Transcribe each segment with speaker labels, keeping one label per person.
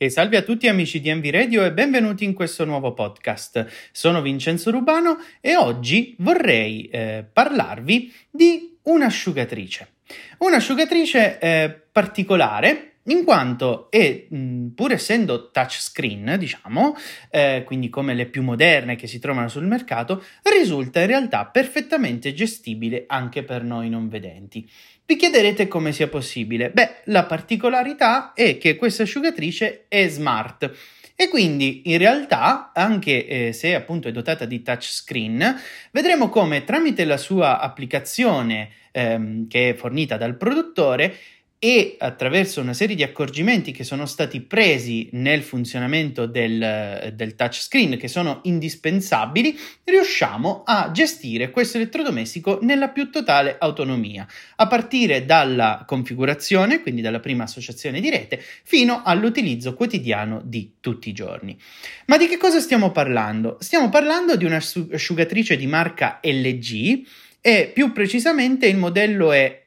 Speaker 1: E salve a tutti amici di Envy Radio e benvenuti in questo nuovo podcast. Sono Vincenzo Rubano e oggi vorrei parlarvi di un'asciugatrice. Un'asciugatrice particolare in quanto è, pur essendo touchscreen, diciamo, quindi come le più moderne che si trovano sul mercato, risulta in realtà perfettamente gestibile anche per noi non vedenti. Vi chiederete come sia possibile? Beh, la particolarità è che questa asciugatrice è smart e quindi in realtà, anche se appunto è dotata di touchscreen, vedremo come tramite la sua applicazione che è fornita dal produttore e attraverso una serie di accorgimenti che sono stati presi nel funzionamento del touchscreen, che sono indispensabili, riusciamo a gestire questo elettrodomestico nella più totale autonomia, a partire dalla configurazione, quindi dalla prima associazione di rete, fino all'utilizzo quotidiano di tutti i giorni. Ma di che cosa stiamo parlando? Stiamo parlando di un'asciugatrice di marca LG, e più precisamente il modello è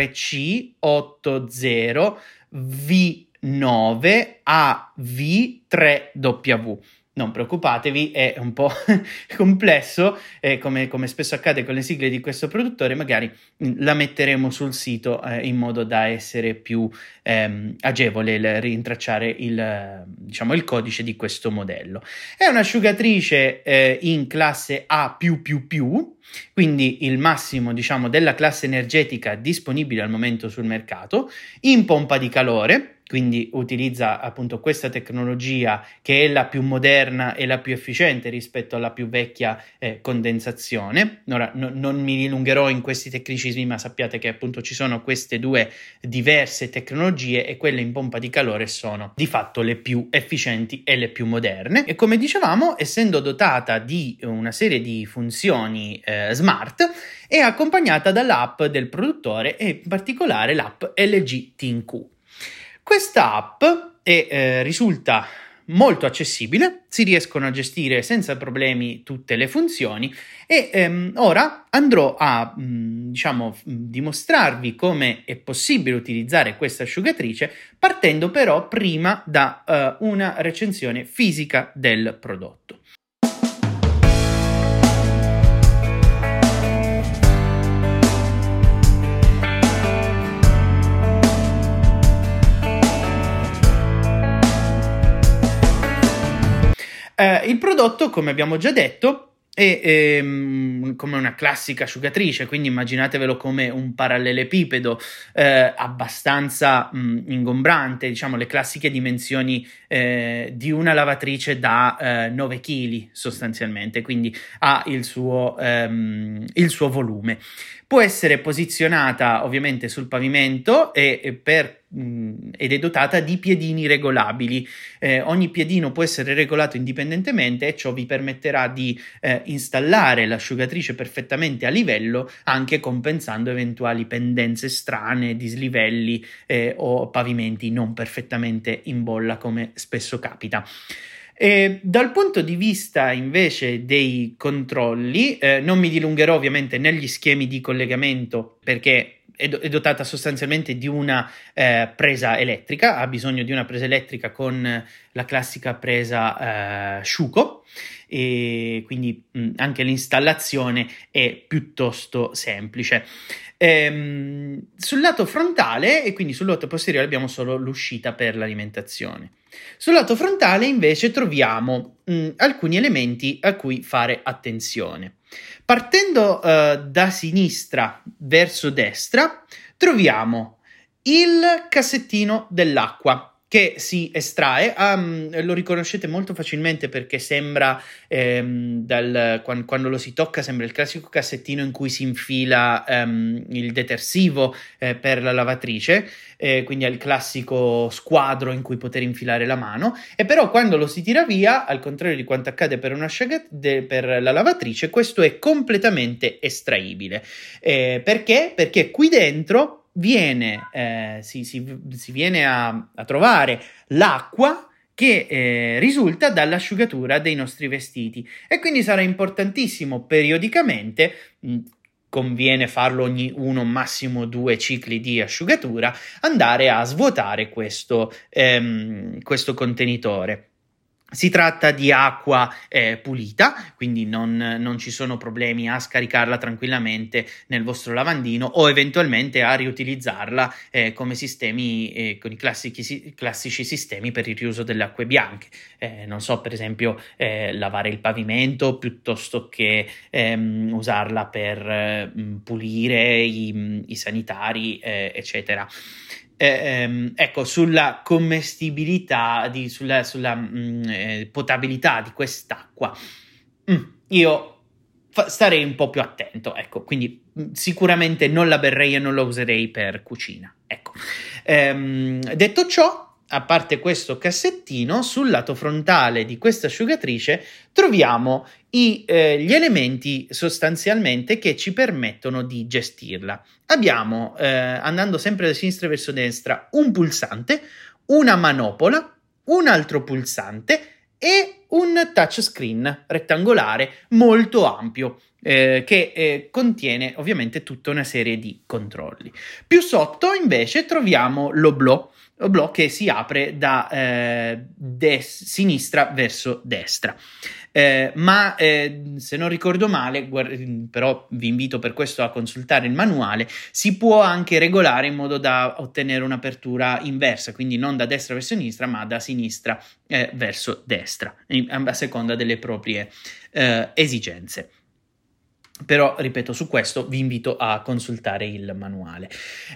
Speaker 1: RC80V9AV3W. Non preoccupatevi, è un po' complesso, come spesso accade con le sigle di questo produttore, magari la metteremo sul sito in modo da essere più agevole rintracciare il codice di questo modello. È un'asciugatrice in classe A+++, quindi il massimo, diciamo, della classe energetica disponibile al momento sul mercato, in pompa di calore. Quindi utilizza appunto questa tecnologia che è la più moderna e la più efficiente rispetto alla più vecchia condensazione. Ora non mi dilungherò in questi tecnicismi, ma sappiate che appunto ci sono queste due diverse tecnologie e quelle in pompa di calore sono di fatto le più efficienti e le più moderne. E come dicevamo, essendo dotata di una serie di funzioni smart, è accompagnata dall'app del produttore e in particolare l'app LG ThinQ. Questa app risulta molto accessibile, si riescono a gestire senza problemi tutte le funzioni e ora andrò a dimostrarvi come è possibile utilizzare questa asciugatrice, partendo però prima da una recensione fisica del prodotto. Il prodotto, come abbiamo già detto, è come una classica asciugatrice, quindi immaginatevelo come un parallelepipedo abbastanza ingombrante, diciamo le classiche dimensioni di una lavatrice da 9 kg sostanzialmente, quindi ha il suo volume. Può essere posizionata ovviamente sul pavimento ed è dotata di piedini regolabili. Ogni piedino può essere regolato indipendentemente e ciò vi permetterà di installare l'asciugatrice perfettamente a livello, anche compensando eventuali pendenze strane, dislivelli o pavimenti non perfettamente in bolla, come spesso capita. Dal punto di vista invece dei controlli, non mi dilungherò ovviamente negli schemi di collegamento perché è dotata sostanzialmente di una presa elettrica, ha bisogno di una presa elettrica con la classica presa Sciuco, e quindi anche l'installazione è piuttosto semplice. Sul lato frontale e quindi sul lato posteriore abbiamo solo l'uscita per l'alimentazione. Sul lato frontale invece troviamo alcuni elementi a cui fare attenzione. Partendo da sinistra verso destra troviamo il cassettino dell'acqua che si estrae, lo riconoscete molto facilmente perché sembra, quando lo si tocca, sembra il classico cassettino in cui si infila il detersivo per la lavatrice, quindi è il classico squadro in cui poter infilare la mano, e però quando lo si tira via, al contrario di quanto accade per per la lavatrice, questo è completamente estraibile. Perché? Perché qui dentro si viene a trovare l'acqua che risulta dall'asciugatura dei nostri vestiti, e quindi sarà importantissimo periodicamente conviene farlo ogni 1, massimo 2 cicli di asciugatura, andare a svuotare questo contenitore. Si tratta di acqua pulita, quindi non ci sono problemi a scaricarla tranquillamente nel vostro lavandino o eventualmente a riutilizzarla come sistemi, con i classici sistemi per il riuso delle acque bianche. Non so, per esempio, lavare il pavimento piuttosto che usarla per pulire i sanitari, eccetera. Ecco, sulla commestibilità, sulla potabilità di quest'acqua, io starei un po' più attento, ecco, quindi sicuramente non la berrei e non la userei per cucina, ecco. Detto ciò, a parte questo cassettino, sul lato frontale di questa asciugatrice troviamo gli elementi sostanzialmente che ci permettono di gestirla. Abbiamo, andando sempre da sinistra verso destra, un pulsante, una manopola, un altro pulsante e un touchscreen rettangolare molto ampio, che contiene ovviamente tutta una serie di controlli. Più sotto invece troviamo l'oblò che si apre da sinistra verso destra. Ma se non ricordo male, però vi invito per questo a consultare il manuale, si può anche regolare in modo da ottenere un'apertura inversa, quindi non da destra verso sinistra, ma da sinistra verso destra, a seconda delle proprie esigenze. Però, ripeto, su questo vi invito a consultare il manuale.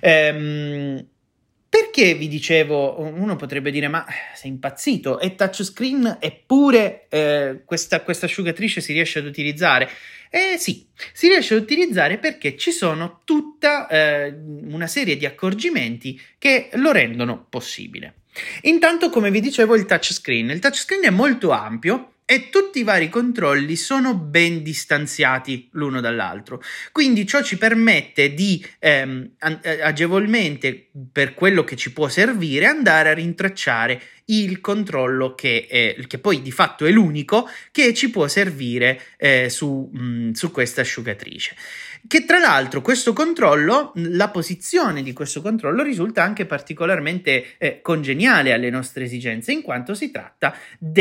Speaker 1: Perché vi dicevo, uno potrebbe dire, ma sei impazzito, è touchscreen eppure questa asciugatrice si riesce ad utilizzare? Sì, si riesce ad utilizzare perché ci sono tutta una serie di accorgimenti che lo rendono possibile. Intanto, come vi dicevo, il touchscreen è molto ampio e tutti i vari controlli sono ben distanziati l'uno dall'altro. Quindi ciò ci permette di agevolmente, per quello che ci può servire, andare a rintracciare il controllo che poi di fatto è l'unico che ci può servire su questa asciugatrice. Che tra l'altro questo controllo, la posizione di questo controllo risulta anche particolarmente congeniale alle nostre esigenze, in quanto si tratta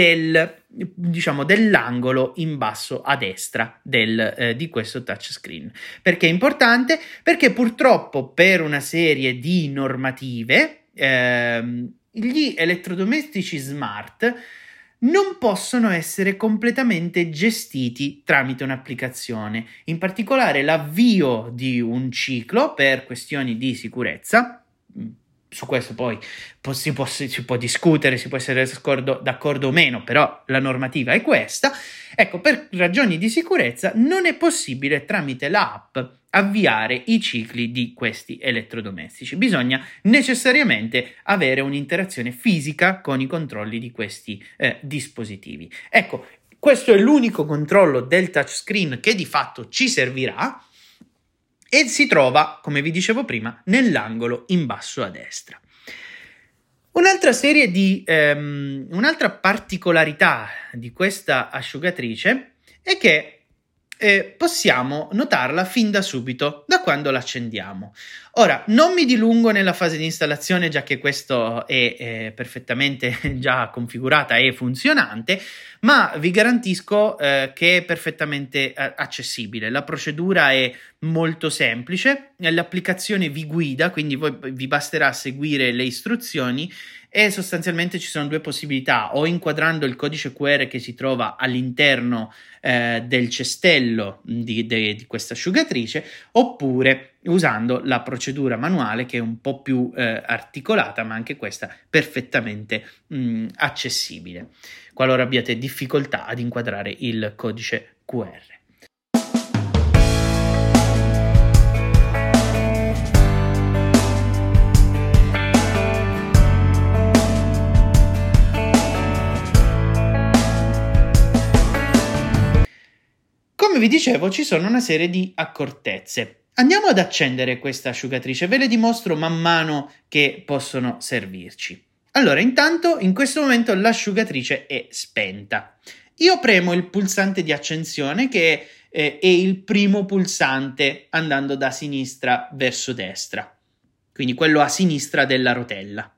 Speaker 1: dell'angolo in basso a destra di questo touchscreen. Perché è importante? Perché purtroppo per una serie di normative gli elettrodomestici smart non possono essere completamente gestiti tramite un'applicazione. In particolare l'avvio di un ciclo per questioni di sicurezza. Su questo poi si può discutere, si può essere d'accordo o meno, però la normativa è questa. Ecco, per ragioni di sicurezza non è possibile tramite l'app avviare i cicli di questi elettrodomestici. Bisogna necessariamente avere un'interazione fisica con i controlli di questi dispositivi. Ecco, questo è l'unico controllo del touchscreen che di fatto ci servirà. E si trova, come vi dicevo prima, nell'angolo in basso a destra. Un'altra particolarità di questa asciugatrice è che possiamo notarla fin da subito, da quando l'accendiamo. Ora, non mi dilungo nella fase di installazione, già che questo è perfettamente già configurata e funzionante, ma vi garantisco che è perfettamente accessibile. La procedura è molto semplice, l'applicazione vi guida, quindi vi basterà seguire le istruzioni e sostanzialmente ci sono due possibilità: o inquadrando il codice QR che si trova all'interno del cestello di questa asciugatrice, oppure usando la procedura manuale, che è un po' più articolata, ma anche questa perfettamente accessibile, qualora abbiate difficoltà ad inquadrare il codice QR. Come vi dicevo, ci sono una serie di accortezze. Andiamo ad accendere questa asciugatrice, ve le dimostro man mano che possono servirci. Allora, intanto, in questo momento l'asciugatrice è spenta. Io premo il pulsante di accensione che e il primo pulsante andando da sinistra verso destra, quindi quello a sinistra della rotella.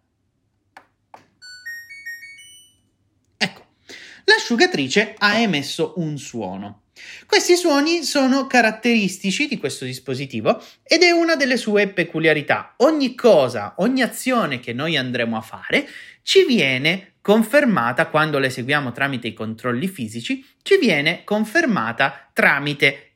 Speaker 1: Ecco, l'asciugatrice ha emesso un suono. Questi suoni sono caratteristici di questo dispositivo ed è una delle sue peculiarità. Ogni cosa, ogni azione che noi andremo a fare ci viene confermata quando le eseguiamo tramite i controlli fisici, ci viene confermata tramite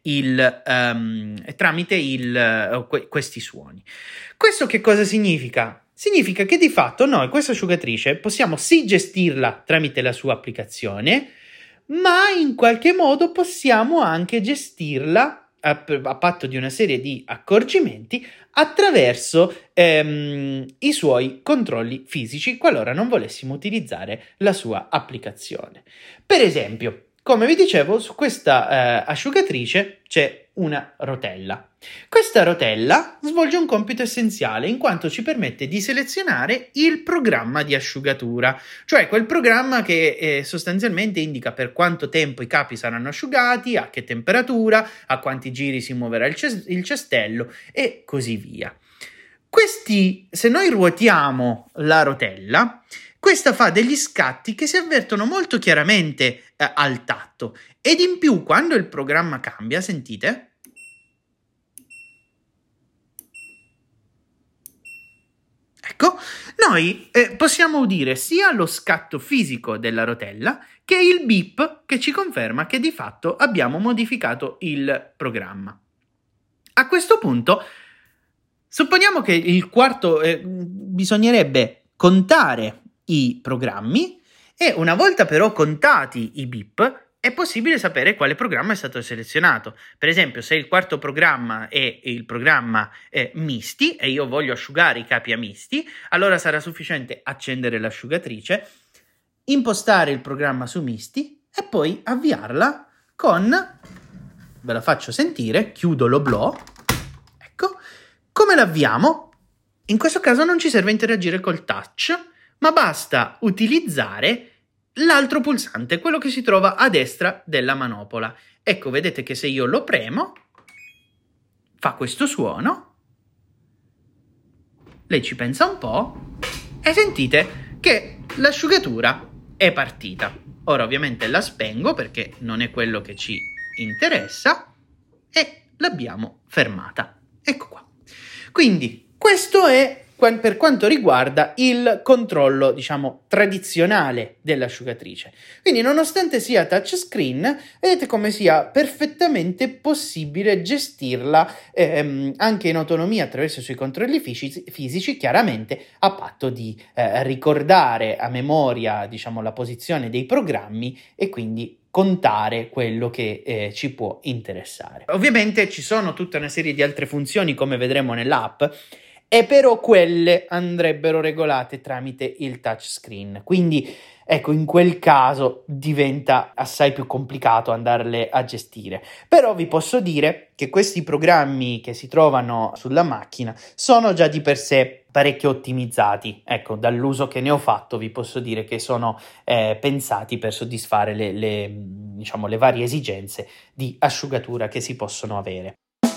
Speaker 1: questi suoni. Questo che cosa significa? Significa che di fatto noi questa asciugatrice possiamo sì gestirla tramite la sua applicazione, ma in qualche modo possiamo anche gestirla a patto di una serie di accorgimenti attraverso i suoi controlli fisici qualora non volessimo utilizzare la sua applicazione. Per esempio, come vi dicevo, su questa asciugatrice c'è una rotella. Questa rotella svolge un compito essenziale in quanto ci permette di selezionare il programma di asciugatura, cioè quel programma che sostanzialmente indica per quanto tempo i capi saranno asciugati, a che temperatura, a quanti giri si muoverà il cestello e così via. Se noi ruotiamo la rotella, questa fa degli scatti che si avvertono molto chiaramente al tatto ed in più quando il programma cambia, sentite? Ecco, noi possiamo udire sia lo scatto fisico della rotella che il beep che ci conferma che di fatto abbiamo modificato il programma. A questo punto, supponiamo che il quarto bisognerebbe contare i programmi e una volta però contati i beep è possibile sapere quale programma è stato selezionato. Per esempio, se il quarto programma è il programma misti e io voglio asciugare i capi a misti, allora sarà sufficiente accendere l'asciugatrice, impostare il programma su misti e poi avviarla con, ve la faccio sentire, chiudo l'oblò, ecco, come l'avviamo? In questo caso non ci serve interagire col touch, ma basta utilizzare l'altro pulsante, quello che si trova a destra della manopola. Ecco, vedete che se io lo premo, fa questo suono, lei ci pensa un po' e sentite che l'asciugatura è partita. Ora ovviamente la spengo perché non è quello che ci interessa e l'abbiamo fermata. Ecco qua. Quindi questo è per quanto riguarda il controllo, diciamo, tradizionale dell'asciugatrice. Quindi, nonostante sia touchscreen, vedete come sia perfettamente possibile gestirla anche in autonomia attraverso i suoi controlli fisici, chiaramente a patto di ricordare a memoria, diciamo, la posizione dei programmi e quindi contare quello che ci può interessare. Ovviamente ci sono tutta una serie di altre funzioni, come vedremo nell'app, e però quelle andrebbero regolate tramite il touchscreen. Quindi, ecco, in quel caso diventa assai più complicato andarle a gestire. Però vi posso dire che questi programmi che si trovano sulla macchina sono già di per sé parecchio ottimizzati. Ecco, dall'uso che ne ho fatto vi posso dire che sono pensati per soddisfare le varie esigenze di asciugatura che si possono avere.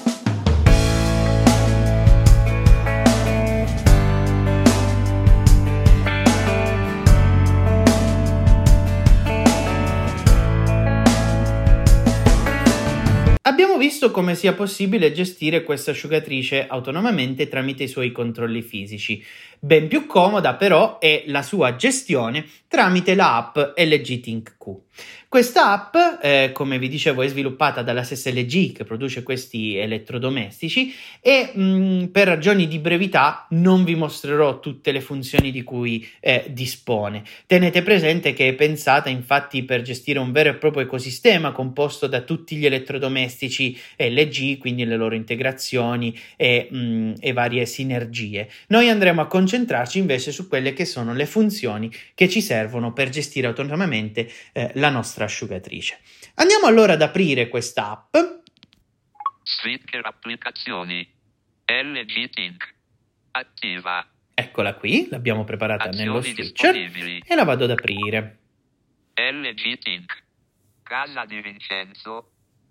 Speaker 1: Abbiamo visto come sia possibile gestire questa asciugatrice autonomamente tramite i suoi controlli fisici. Ben più comoda però è la sua gestione tramite l'app LG Think Q. Questa app, come vi dicevo, è sviluppata dalla stessa LG che produce questi elettrodomestici e per ragioni di brevità non vi mostrerò tutte le funzioni di cui dispone. Tenete presente che è pensata infatti per gestire un vero e proprio ecosistema composto da tutti gli elettrodomestici LG, quindi le loro integrazioni e varie sinergie. Noi andremo a concentrarci invece su quelle che sono le funzioni che ci servono per gestire autonomamente la nostra asciugatrice. Andiamo allora ad aprire questa app.
Speaker 2: Switcher applicazioni. LG Think. Attiva.
Speaker 1: Eccola qui, l'abbiamo preparata
Speaker 2: Azioni
Speaker 1: nello switcher
Speaker 2: disponibili.
Speaker 1: e la vado ad aprire.
Speaker 2: LG Think. Casa di Vincenzo.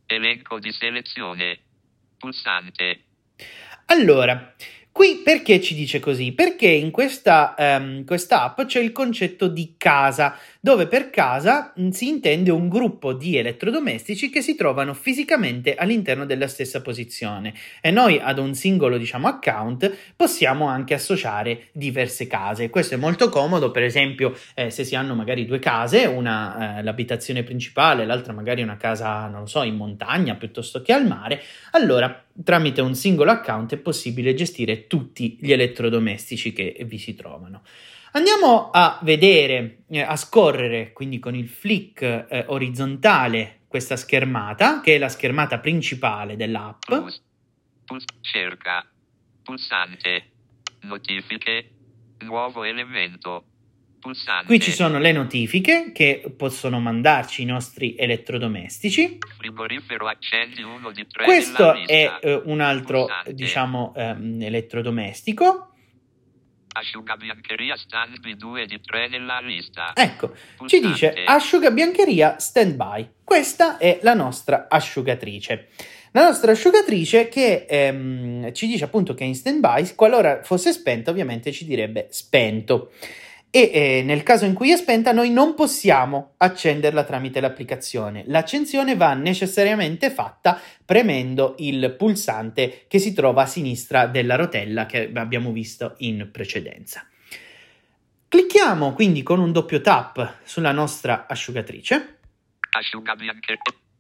Speaker 2: Elenco di selezione. Pulsante.
Speaker 1: Allora, qui perché ci dice così? Perché in questa app c'è il concetto di casa, dove per casa si intende un gruppo di elettrodomestici che si trovano fisicamente all'interno della stessa posizione e noi ad un singolo, diciamo, account possiamo anche associare diverse case. Questo è molto comodo, per esempio, se si hanno magari due case, una l'abitazione principale, l'altra magari una casa, non lo so, in montagna piuttosto che al mare, allora tramite un singolo account è possibile gestire tutti gli elettrodomestici che vi si trovano. Andiamo a vedere, a scorrere quindi con il flick orizzontale questa schermata, che è la schermata principale dell'app.
Speaker 2: Cerca. Pulsante. Notifiche. Nuovo elemento. Pulsante.
Speaker 1: Qui ci sono le notifiche che possono mandarci i nostri elettrodomestici.
Speaker 2: Frigorifero accendi uno di 3
Speaker 1: Questo
Speaker 2: nella
Speaker 1: è
Speaker 2: lista.
Speaker 1: un altro,
Speaker 2: Pulsante.
Speaker 1: diciamo, elettrodomestico.
Speaker 2: Asciugabiancheria standby 2 di 3 nella lista.
Speaker 1: Ecco,
Speaker 2: Pulsante.
Speaker 1: ci dice asciugabiancheria standby. Questa è la nostra asciugatrice. La nostra asciugatrice che ci dice appunto che è in standby, qualora fosse spenta ovviamente ci direbbe spento. E nel caso in cui è spenta noi non possiamo accenderla tramite l'applicazione. L'accensione va necessariamente fatta premendo il pulsante che si trova a sinistra della rotella che abbiamo visto in precedenza. Clicchiamo quindi con un doppio tap sulla nostra asciugatrice
Speaker 2: Asciugabiancheria.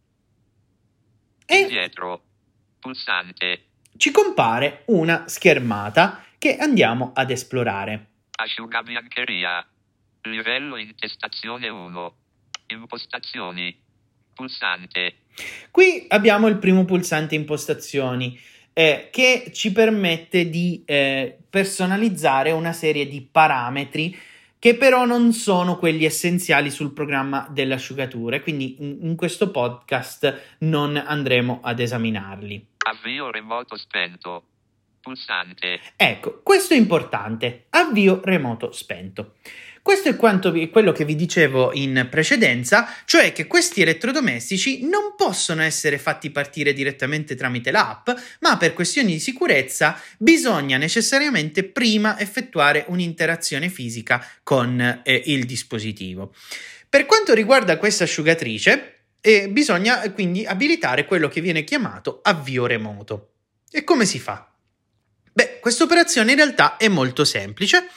Speaker 1: e
Speaker 2: Indietro. Pulsante.
Speaker 1: ci compare una schermata che andiamo ad esplorare.
Speaker 2: Asciugabiancheria. Livello intestazione 1. Impostazioni. Pulsante.
Speaker 1: Qui abbiamo il primo pulsante impostazioni che ci permette di personalizzare una serie di parametri che però non sono quelli essenziali sul programma delle asciugature, quindi in questo podcast non andremo ad esaminarli.
Speaker 2: Avvio remoto spento. Pulsante.
Speaker 1: Ecco, questo è importante, avvio remoto spento. Questo è quello che vi dicevo in precedenza, cioè che questi elettrodomestici non possono essere fatti partire direttamente tramite l'app, ma per questioni di sicurezza bisogna necessariamente prima effettuare un'interazione fisica con il dispositivo. Per quanto riguarda questa asciugatrice, bisogna quindi abilitare quello che viene chiamato avvio remoto. E come si fa? Beh, questa operazione in realtà è molto semplice,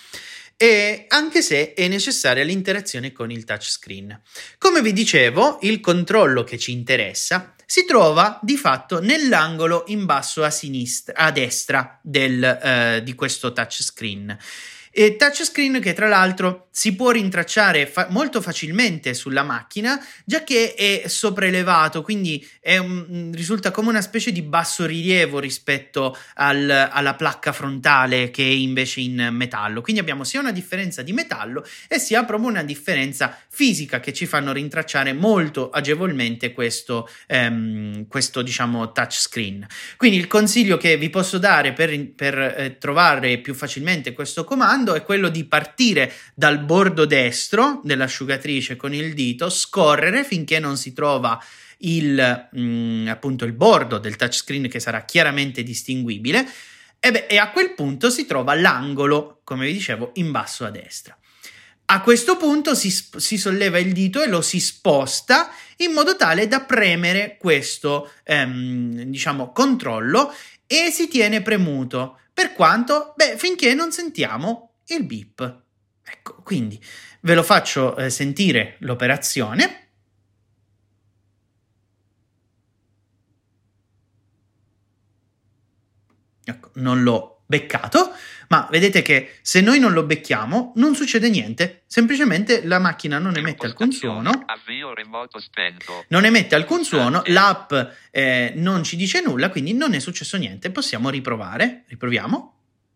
Speaker 1: anche se è necessaria l'interazione con il touchscreen. Come vi dicevo, il controllo che ci interessa si trova di fatto nell'angolo in basso a sinistra, a destra di questo touchscreen. Touchscreen che tra l'altro si può rintracciare molto facilmente sulla macchina, già che è sopraelevato, quindi risulta come una specie di basso rilievo rispetto alla placca frontale che è invece in metallo. Quindi abbiamo sia una differenza di metallo e sia proprio una differenza fisica che ci fanno rintracciare molto agevolmente questo diciamo touchscreen. Quindi il consiglio che vi posso dare per trovare più facilmente questo comando è quello di partire dal bordo destro dell'asciugatrice con il dito, scorrere finché non si trova appunto il bordo del touchscreen che sarà chiaramente distinguibile e a quel punto si trova l'angolo, come vi dicevo, in basso a destra. A questo punto si solleva il dito e lo si sposta in modo tale da premere questo diciamo controllo e si tiene premuto per quanto? Finché non sentiamo il beep. Ecco, quindi ve lo faccio sentire l'operazione. Ecco, non l'ho beccato, ma vedete che se noi non lo becchiamo non succede niente, semplicemente la macchina non emette alcun suono.
Speaker 2: Avvio remoto spento.
Speaker 1: Non emette alcun suono, l'app non ci dice nulla, quindi non è successo niente. Possiamo riprovare, riproviamo.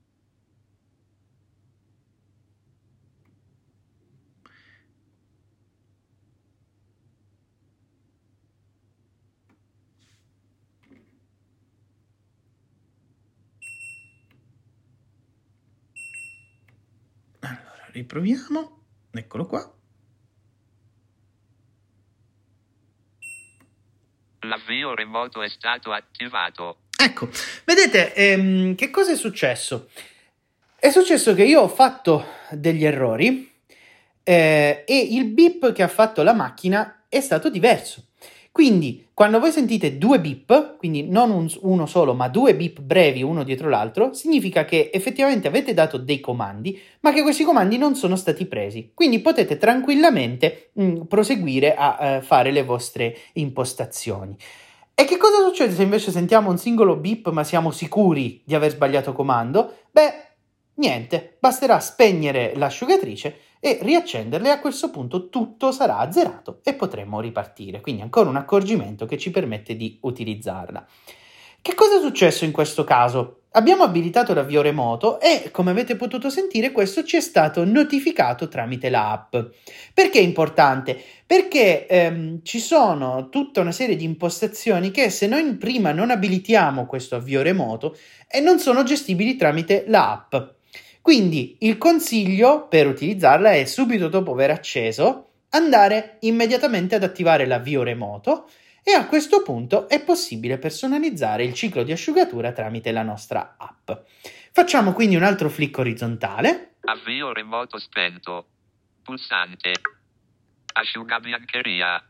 Speaker 1: Allora, riproviamo, eccolo qua.
Speaker 2: L'avvio remoto è stato attivato.
Speaker 1: Ecco, vedete che cosa è successo? È successo che io ho fatto degli errori e il beep che ha fatto la macchina è stato diverso. Quindi, quando voi sentite due beep, quindi non uno solo, ma due beep brevi uno dietro l'altro, significa che effettivamente avete dato dei comandi, ma che questi comandi non sono stati presi. Quindi potete tranquillamente proseguire a fare le vostre impostazioni. E che cosa succede se invece sentiamo un singolo beep, ma siamo sicuri di aver sbagliato comando? Beh, niente, basterà spegnere l'asciugatrice e riaccenderle, e a questo punto tutto sarà azzerato e potremo ripartire. Quindi ancora un accorgimento che ci permette di utilizzarla. Che cosa è successo in questo caso? Abbiamo abilitato l'avvio remoto e, come avete potuto sentire, questo ci è stato notificato tramite l'app. Perché è importante? Perché ci sono tutta una serie di impostazioni che, se noi prima non abilitiamo questo avvio remoto, non sono gestibili tramite l'app. Quindi il consiglio per utilizzarla è, subito dopo aver acceso, andare immediatamente ad attivare l'avvio remoto, e a questo punto è possibile personalizzare il ciclo di asciugatura tramite la nostra app. Facciamo quindi un altro flick orizzontale.
Speaker 2: Avvio remoto spento. Pulsante. Asciugabiancheria.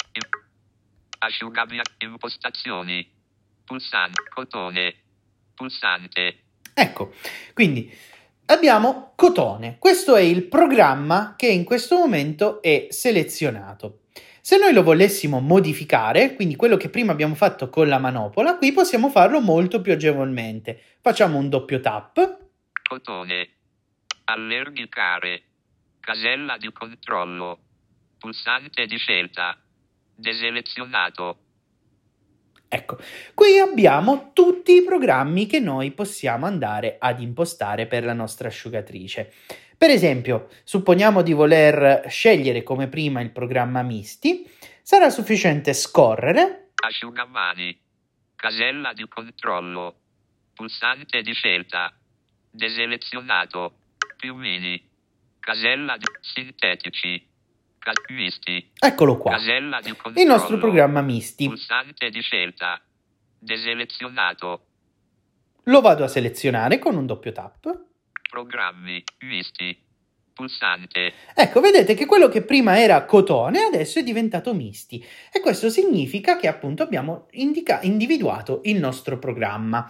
Speaker 2: Impostazioni. Pulsante. Cotone. Pulsante.
Speaker 1: Ecco, quindi abbiamo Cotone. Questo è il programma che in questo momento è selezionato. Se noi lo volessimo modificare, quindi quello che prima abbiamo fatto con la manopola, qui possiamo farlo molto più agevolmente. Facciamo un doppio tap.
Speaker 2: Cotone. Allargare. Casella di controllo. Pulsante di scelta. Deselezionato.
Speaker 1: Ecco, qui abbiamo tutti i programmi che noi possiamo andare ad impostare per la nostra asciugatrice. Per esempio, supponiamo di voler scegliere come prima il programma Misti, sarà sufficiente scorrere.
Speaker 2: Asciugamani. Casella di controllo. Pulsante di scelta. Deselezionato. Piumini. Casella di sintetici. Misti.
Speaker 1: Eccolo qua.
Speaker 2: Casella di controllo.
Speaker 1: Il nostro programma Misti.
Speaker 2: Pulsante di scelta. Deselezionato.
Speaker 1: Lo vado a selezionare con un doppio tap.
Speaker 2: Programmi. Misti. Pulsante.
Speaker 1: Ecco, vedete che quello che prima era Cotone adesso è diventato Misti, e questo significa che appunto abbiamo individuato il nostro programma.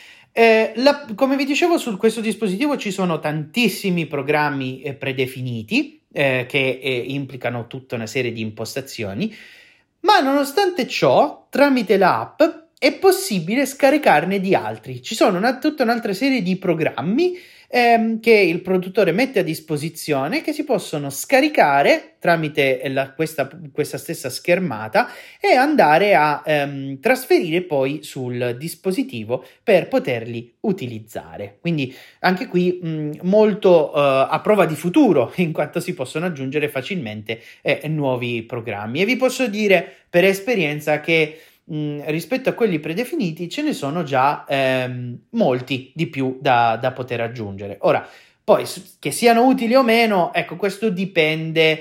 Speaker 1: Come vi dicevo, su questo dispositivo ci sono tantissimi programmi predefiniti che implicano tutta una serie di impostazioni, ma nonostante ciò, tramite l'app è possibile scaricarne di altri. Ci sono tutta un'altra serie di programmi che il produttore mette a disposizione, che si possono scaricare tramite questa stessa schermata e andare a trasferire poi sul dispositivo per poterli utilizzare. Quindi anche qui molto a prova di futuro, in quanto si possono aggiungere facilmente nuovi programmi. E vi posso dire per esperienza che rispetto a quelli predefiniti ce ne sono già molti di più da poter aggiungere. Ora, poi che siano utili o meno, ecco, questo dipende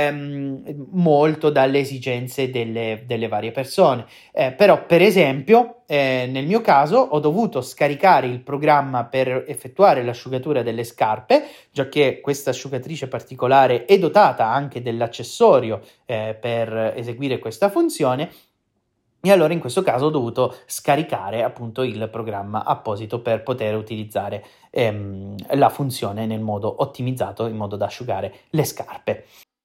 Speaker 1: molto dalle esigenze delle varie persone. Però, per esempio, nel mio caso ho dovuto scaricare il programma per effettuare l'asciugatura delle scarpe, già che questa asciugatrice particolare è dotata anche dell'accessorio per eseguire questa funzione. E allora in questo caso ho dovuto scaricare appunto il programma apposito per poter utilizzare la funzione nel modo ottimizzato, in modo da asciugare le scarpe.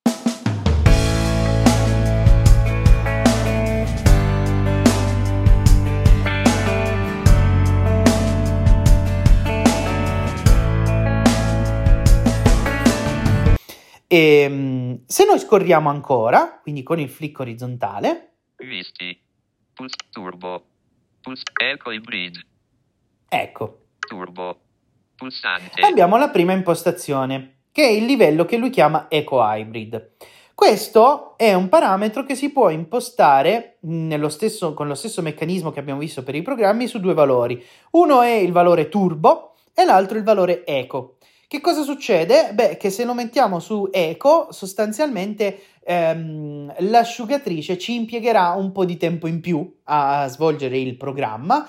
Speaker 1: E se noi scorriamo ancora, quindi con il flick orizzontale,
Speaker 2: Visti. Turbo. Eco Hybrid.
Speaker 1: Ecco,
Speaker 2: Turbo. Pulsante.
Speaker 1: abbiamo la prima impostazione, che è il livello che lui chiama Eco Hybrid. Questo è un parametro che si può impostare con lo stesso meccanismo che abbiamo visto per i programmi su due valori. Uno è il valore turbo e l'altro il valore eco. Che cosa succede? Beh, che se lo mettiamo su eco, sostanzialmente l'asciugatrice ci impiegherà un po' di tempo in più a svolgere il programma.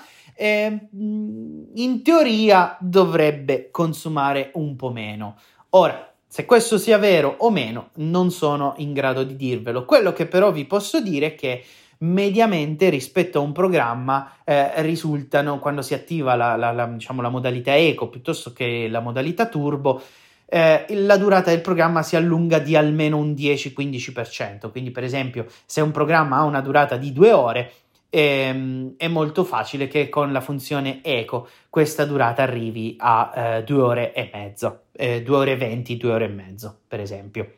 Speaker 1: In teoria dovrebbe consumare un po' meno. Ora, se questo sia vero o meno, non sono in grado di dirvelo. Quello che però vi posso dire è che mediamente rispetto a un programma risultano, quando si attiva diciamo, la modalità eco piuttosto che la modalità turbo, la durata del programma si allunga di almeno un 10-15%. Quindi, per esempio, se un programma ha una durata di 2 ore, è molto facile che con la funzione eco questa durata arrivi a 2 ore e mezzo, 2 ore e 20, 2 ore e mezzo, per esempio.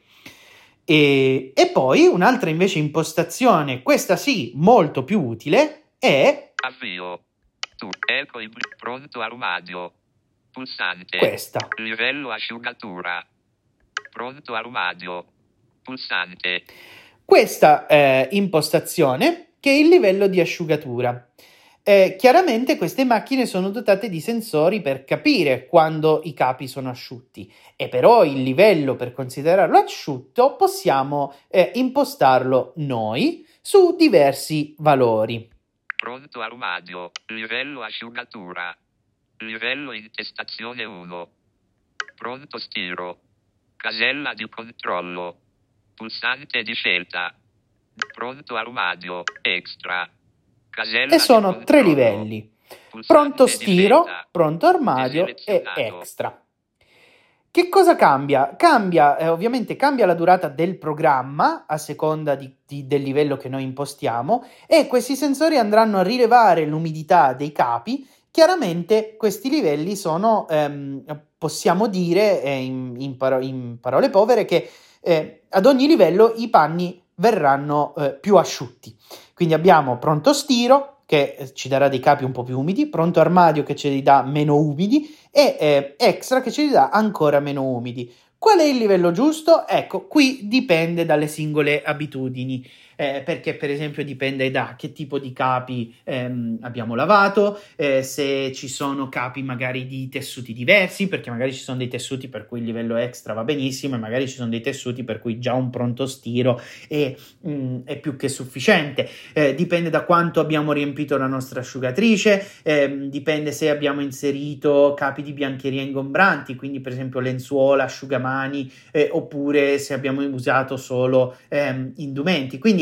Speaker 1: E poi un'altra invece impostazione, questa sì, molto più utile, è
Speaker 2: Avvio. Ecco pronto armadio. Pulsante.
Speaker 1: questa.
Speaker 2: Livello asciugatura. Pronto armadio. Pulsante.
Speaker 1: Questa impostazione che è il livello di asciugatura. Chiaramente queste macchine sono dotate di sensori per capire quando i capi sono asciutti, e però il livello per considerarlo asciutto possiamo impostarlo noi su diversi valori.
Speaker 2: Pronto armadio. Livello asciugatura. Livello intestazione 1. Pronto stiro. Casella di controllo. Pulsante di scelta. Pronto armadio. Extra. Casella
Speaker 1: E sono
Speaker 2: di
Speaker 1: 3
Speaker 2: controllo.
Speaker 1: livelli:
Speaker 2: Pulsante
Speaker 1: pronto
Speaker 2: di
Speaker 1: stiro,
Speaker 2: scelta.
Speaker 1: pronto armadio e
Speaker 2: Deselezionato.
Speaker 1: extra. Che cosa cambia? Ovviamente cambia la durata del programma a seconda del livello che noi impostiamo, e questi sensori andranno a rilevare l'umidità dei capi. Chiaramente questi livelli sono, possiamo dire in parole povere, che ad ogni livello i panni verranno più asciutti. Quindi abbiamo pronto stiro, che ci darà dei capi un po' più umidi, pronto armadio che ce li dà meno umidi, e extra che ce li dà ancora meno umidi. Qual è il livello giusto? Ecco, qui dipende dalle singole abitudini, perché per esempio dipende da che tipo di capi abbiamo lavato, se ci sono capi magari di tessuti diversi, perché magari ci sono dei tessuti per cui il livello extra va benissimo e magari ci sono dei tessuti per cui già un pronto stiro è più che sufficiente. Dipende da quanto abbiamo riempito la nostra asciugatrice, dipende se abbiamo inserito capi di biancheria ingombranti, quindi per esempio lenzuola, asciugamani, oppure se abbiamo usato solo indumenti. Quindi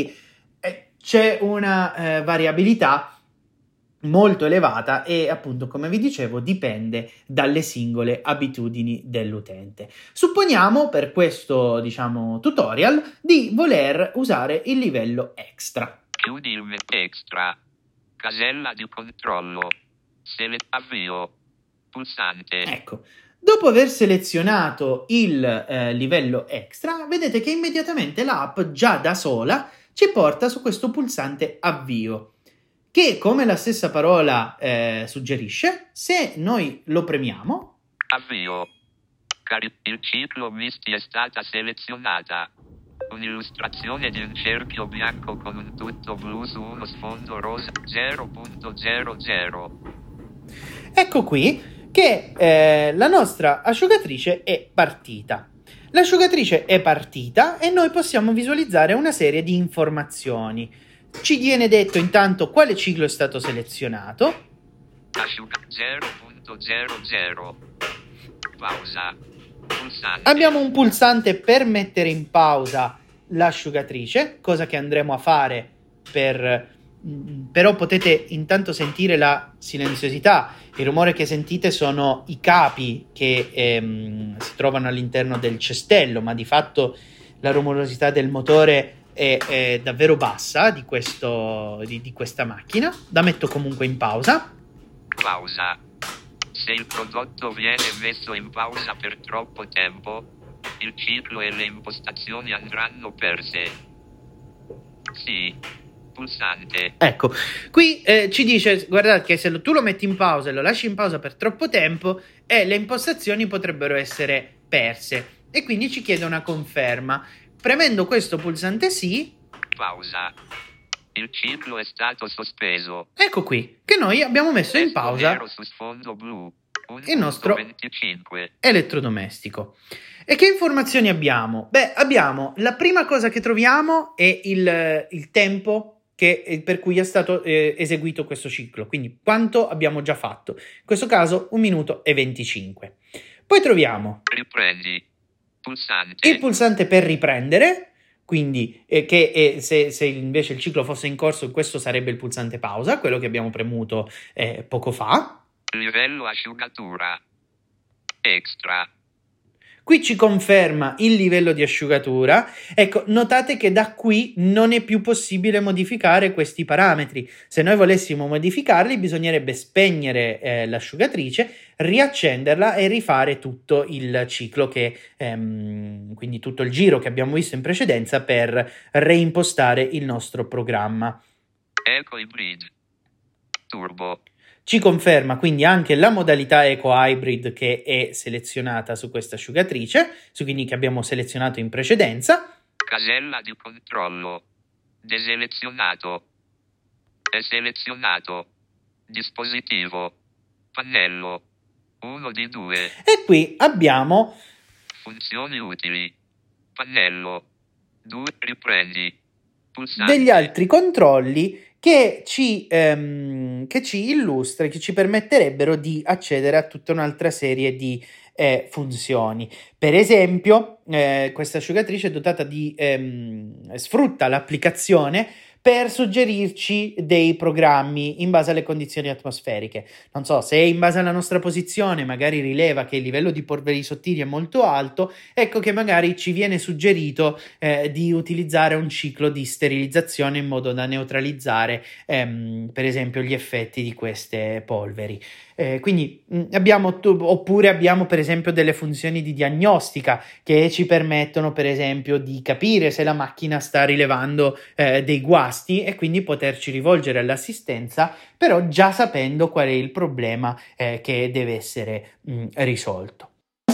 Speaker 1: c'è una variabilità molto elevata e, appunto, come vi dicevo, dipende dalle singole abitudini dell'utente. Supponiamo per questo, diciamo, tutorial di voler usare il livello extra.
Speaker 2: Chiudi il extra. Casella di controllo. Avvio. Pulsante.
Speaker 1: Ecco, dopo aver selezionato il livello extra, vedete che immediatamente l'app già da sola ci porta su questo pulsante avvio, che, come la stessa parola suggerisce, se noi lo premiamo,
Speaker 2: Avvio. Il ciclo misti è stata selezionata. Un'illustrazione di un cerchio bianco con un tutto blu su uno sfondo rosa 0.00.
Speaker 1: ecco qui che la nostra asciugatrice è partita. L'asciugatrice è partita e noi possiamo visualizzare una serie di informazioni. Ci viene detto intanto quale ciclo è stato selezionato.
Speaker 2: Asciuga 0.00. Pausa. Pulsante.
Speaker 1: Abbiamo un pulsante per mettere in pausa l'asciugatrice, cosa che andremo a fare però potete intanto sentire la silenziosità. Il rumore che sentite sono i capi che si trovano all'interno del cestello, ma di fatto la rumorosità del motore è davvero bassa di questa macchina. La metto comunque in pausa.
Speaker 2: Pausa. Se il prodotto viene messo in pausa per troppo tempo, il ciclo e le impostazioni andranno perse. Sì. Pulsante.
Speaker 1: Ecco, qui ci dice, guardate, che se tu lo metti in pausa e lo lasci in pausa per troppo tempo, le impostazioni potrebbero essere perse, e quindi ci chiede una conferma. Premendo questo pulsante sì.
Speaker 2: Pausa. Il ciclo è stato sospeso.
Speaker 1: Ecco qui che noi abbiamo messo in pausa.
Speaker 2: Nero su sfondo blu.
Speaker 1: il nostro
Speaker 2: 1.25.
Speaker 1: elettrodomestico. E che informazioni abbiamo? Beh, abbiamo la prima cosa che troviamo è il tempo per cui è stato eseguito questo ciclo, quindi quanto abbiamo già fatto. In questo caso 1 minuto e 25. Poi troviamo
Speaker 2: Riprendi. Pulsante.
Speaker 1: il pulsante per riprendere, quindi se invece il ciclo fosse in corso, questo sarebbe il pulsante pausa, quello che abbiamo premuto poco fa.
Speaker 2: Livello asciugatura. Extra.
Speaker 1: Qui ci conferma il livello di asciugatura. Ecco, notate che da qui non è più possibile modificare questi parametri. Se noi volessimo modificarli, bisognerebbe spegnere l'asciugatrice, riaccenderla e rifare tutto il ciclo quindi tutto il giro che abbiamo visto in precedenza per reimpostare il nostro programma.
Speaker 2: Eco Hybrid. Turbo.
Speaker 1: Ci conferma quindi anche la modalità Eco Hybrid che è selezionata su questa asciugatrice, quindi che abbiamo selezionato in precedenza.
Speaker 2: Casella di controllo. Deselezionato. È selezionato. Dispositivo. Pannello. 1 di 2.
Speaker 1: E qui abbiamo
Speaker 2: Funzioni utili. Pannello. 2 riprendi. Pulsante.
Speaker 1: degli altri controlli che ci illustra, che ci permetterebbero di accedere a tutta un'altra serie di funzioni. Per esempio, questa asciugatrice è dotata di sfrutta l'applicazione per suggerirci dei programmi in base alle condizioni atmosferiche. Non so, se in base alla nostra posizione magari rileva che il livello di polveri sottili è molto alto, ecco che magari ci viene suggerito di utilizzare un ciclo di sterilizzazione in modo da neutralizzare per esempio gli effetti di queste polveri. Quindi abbiamo per esempio delle funzioni di diagnostica che ci permettono per esempio di capire se la macchina sta rilevando dei guasti e quindi poterci rivolgere all'assistenza, però già sapendo qual è il problema che deve essere risolto.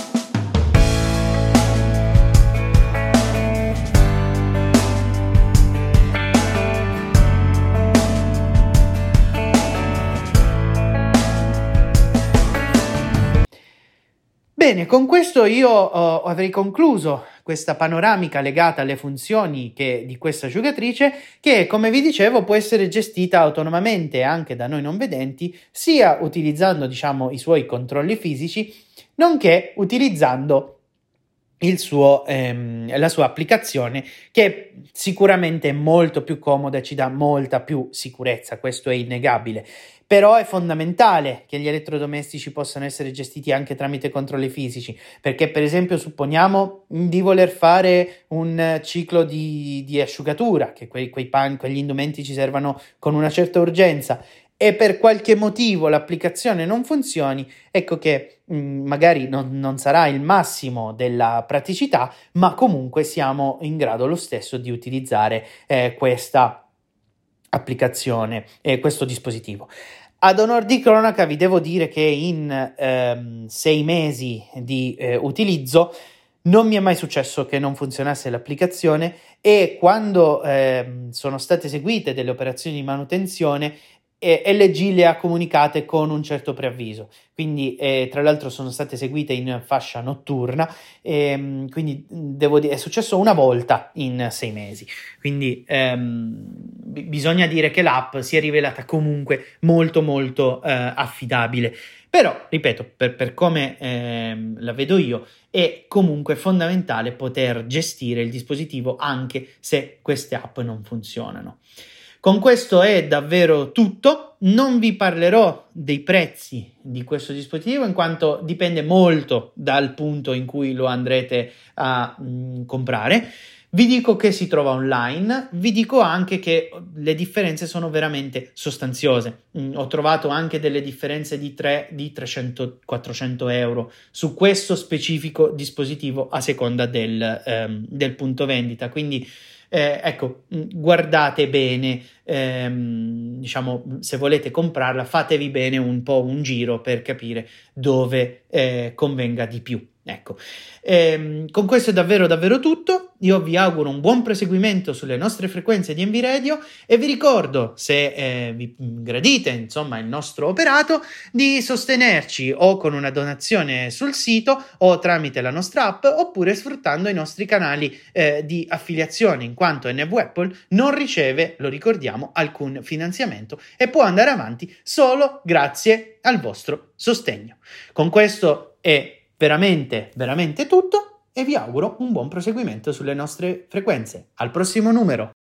Speaker 1: Bene, con questo io avrei concluso questa panoramica legata alle funzioni di questa asciugatrice che, come vi dicevo, può essere gestita autonomamente anche da noi non vedenti, sia utilizzando, diciamo, i suoi controlli fisici, nonché utilizzando la sua applicazione, che sicuramente è molto più comoda e ci dà molta più sicurezza, questo è innegabile. Però è fondamentale che gli elettrodomestici possano essere gestiti anche tramite controlli fisici, perché per esempio supponiamo di voler fare un ciclo di asciugatura, che quegli indumenti ci servano con una certa urgenza, e per qualche motivo l'applicazione non funzioni, ecco che magari non sarà il massimo della praticità, ma comunque siamo in grado lo stesso di utilizzare questa applicazione e questo dispositivo. Ad onor di cronaca vi devo dire che in 6 mesi di utilizzo non mi è mai successo che non funzionasse l'applicazione, e quando sono state eseguite delle operazioni di manutenzione LG le ha comunicate con un certo preavviso, quindi tra l'altro sono state eseguite in fascia notturna, quindi devo dire è successo una volta in 6 mesi, quindi bisogna dire che l'app si è rivelata comunque molto molto affidabile. Però, ripeto, per come la vedo io, è comunque fondamentale poter gestire il dispositivo anche se queste app non funzionano. Con questo è davvero tutto. Non vi parlerò dei prezzi di questo dispositivo, in quanto dipende molto dal punto in cui lo andrete a comprare. Vi dico che si trova online, vi dico anche che le differenze sono veramente sostanziose. Ho trovato anche delle differenze di 300-400 euro su questo specifico dispositivo a seconda del punto vendita, quindi ecco, guardate bene, diciamo, se volete comprarla, fatevi bene un po' un giro per capire dove convenga di più Ecco, con questo è davvero davvero tutto. Io vi auguro un buon proseguimento sulle nostre frequenze di Envy Radio e vi ricordo, se vi gradite insomma il nostro operato, di sostenerci o con una donazione sul sito o tramite la nostra app, oppure sfruttando i nostri canali di affiliazione, in quanto NW Apple non riceve, lo ricordiamo, alcun finanziamento e può andare avanti solo grazie al vostro sostegno. Con questo è veramente, veramente tutto e vi auguro un buon proseguimento sulle nostre frequenze. Al prossimo numero!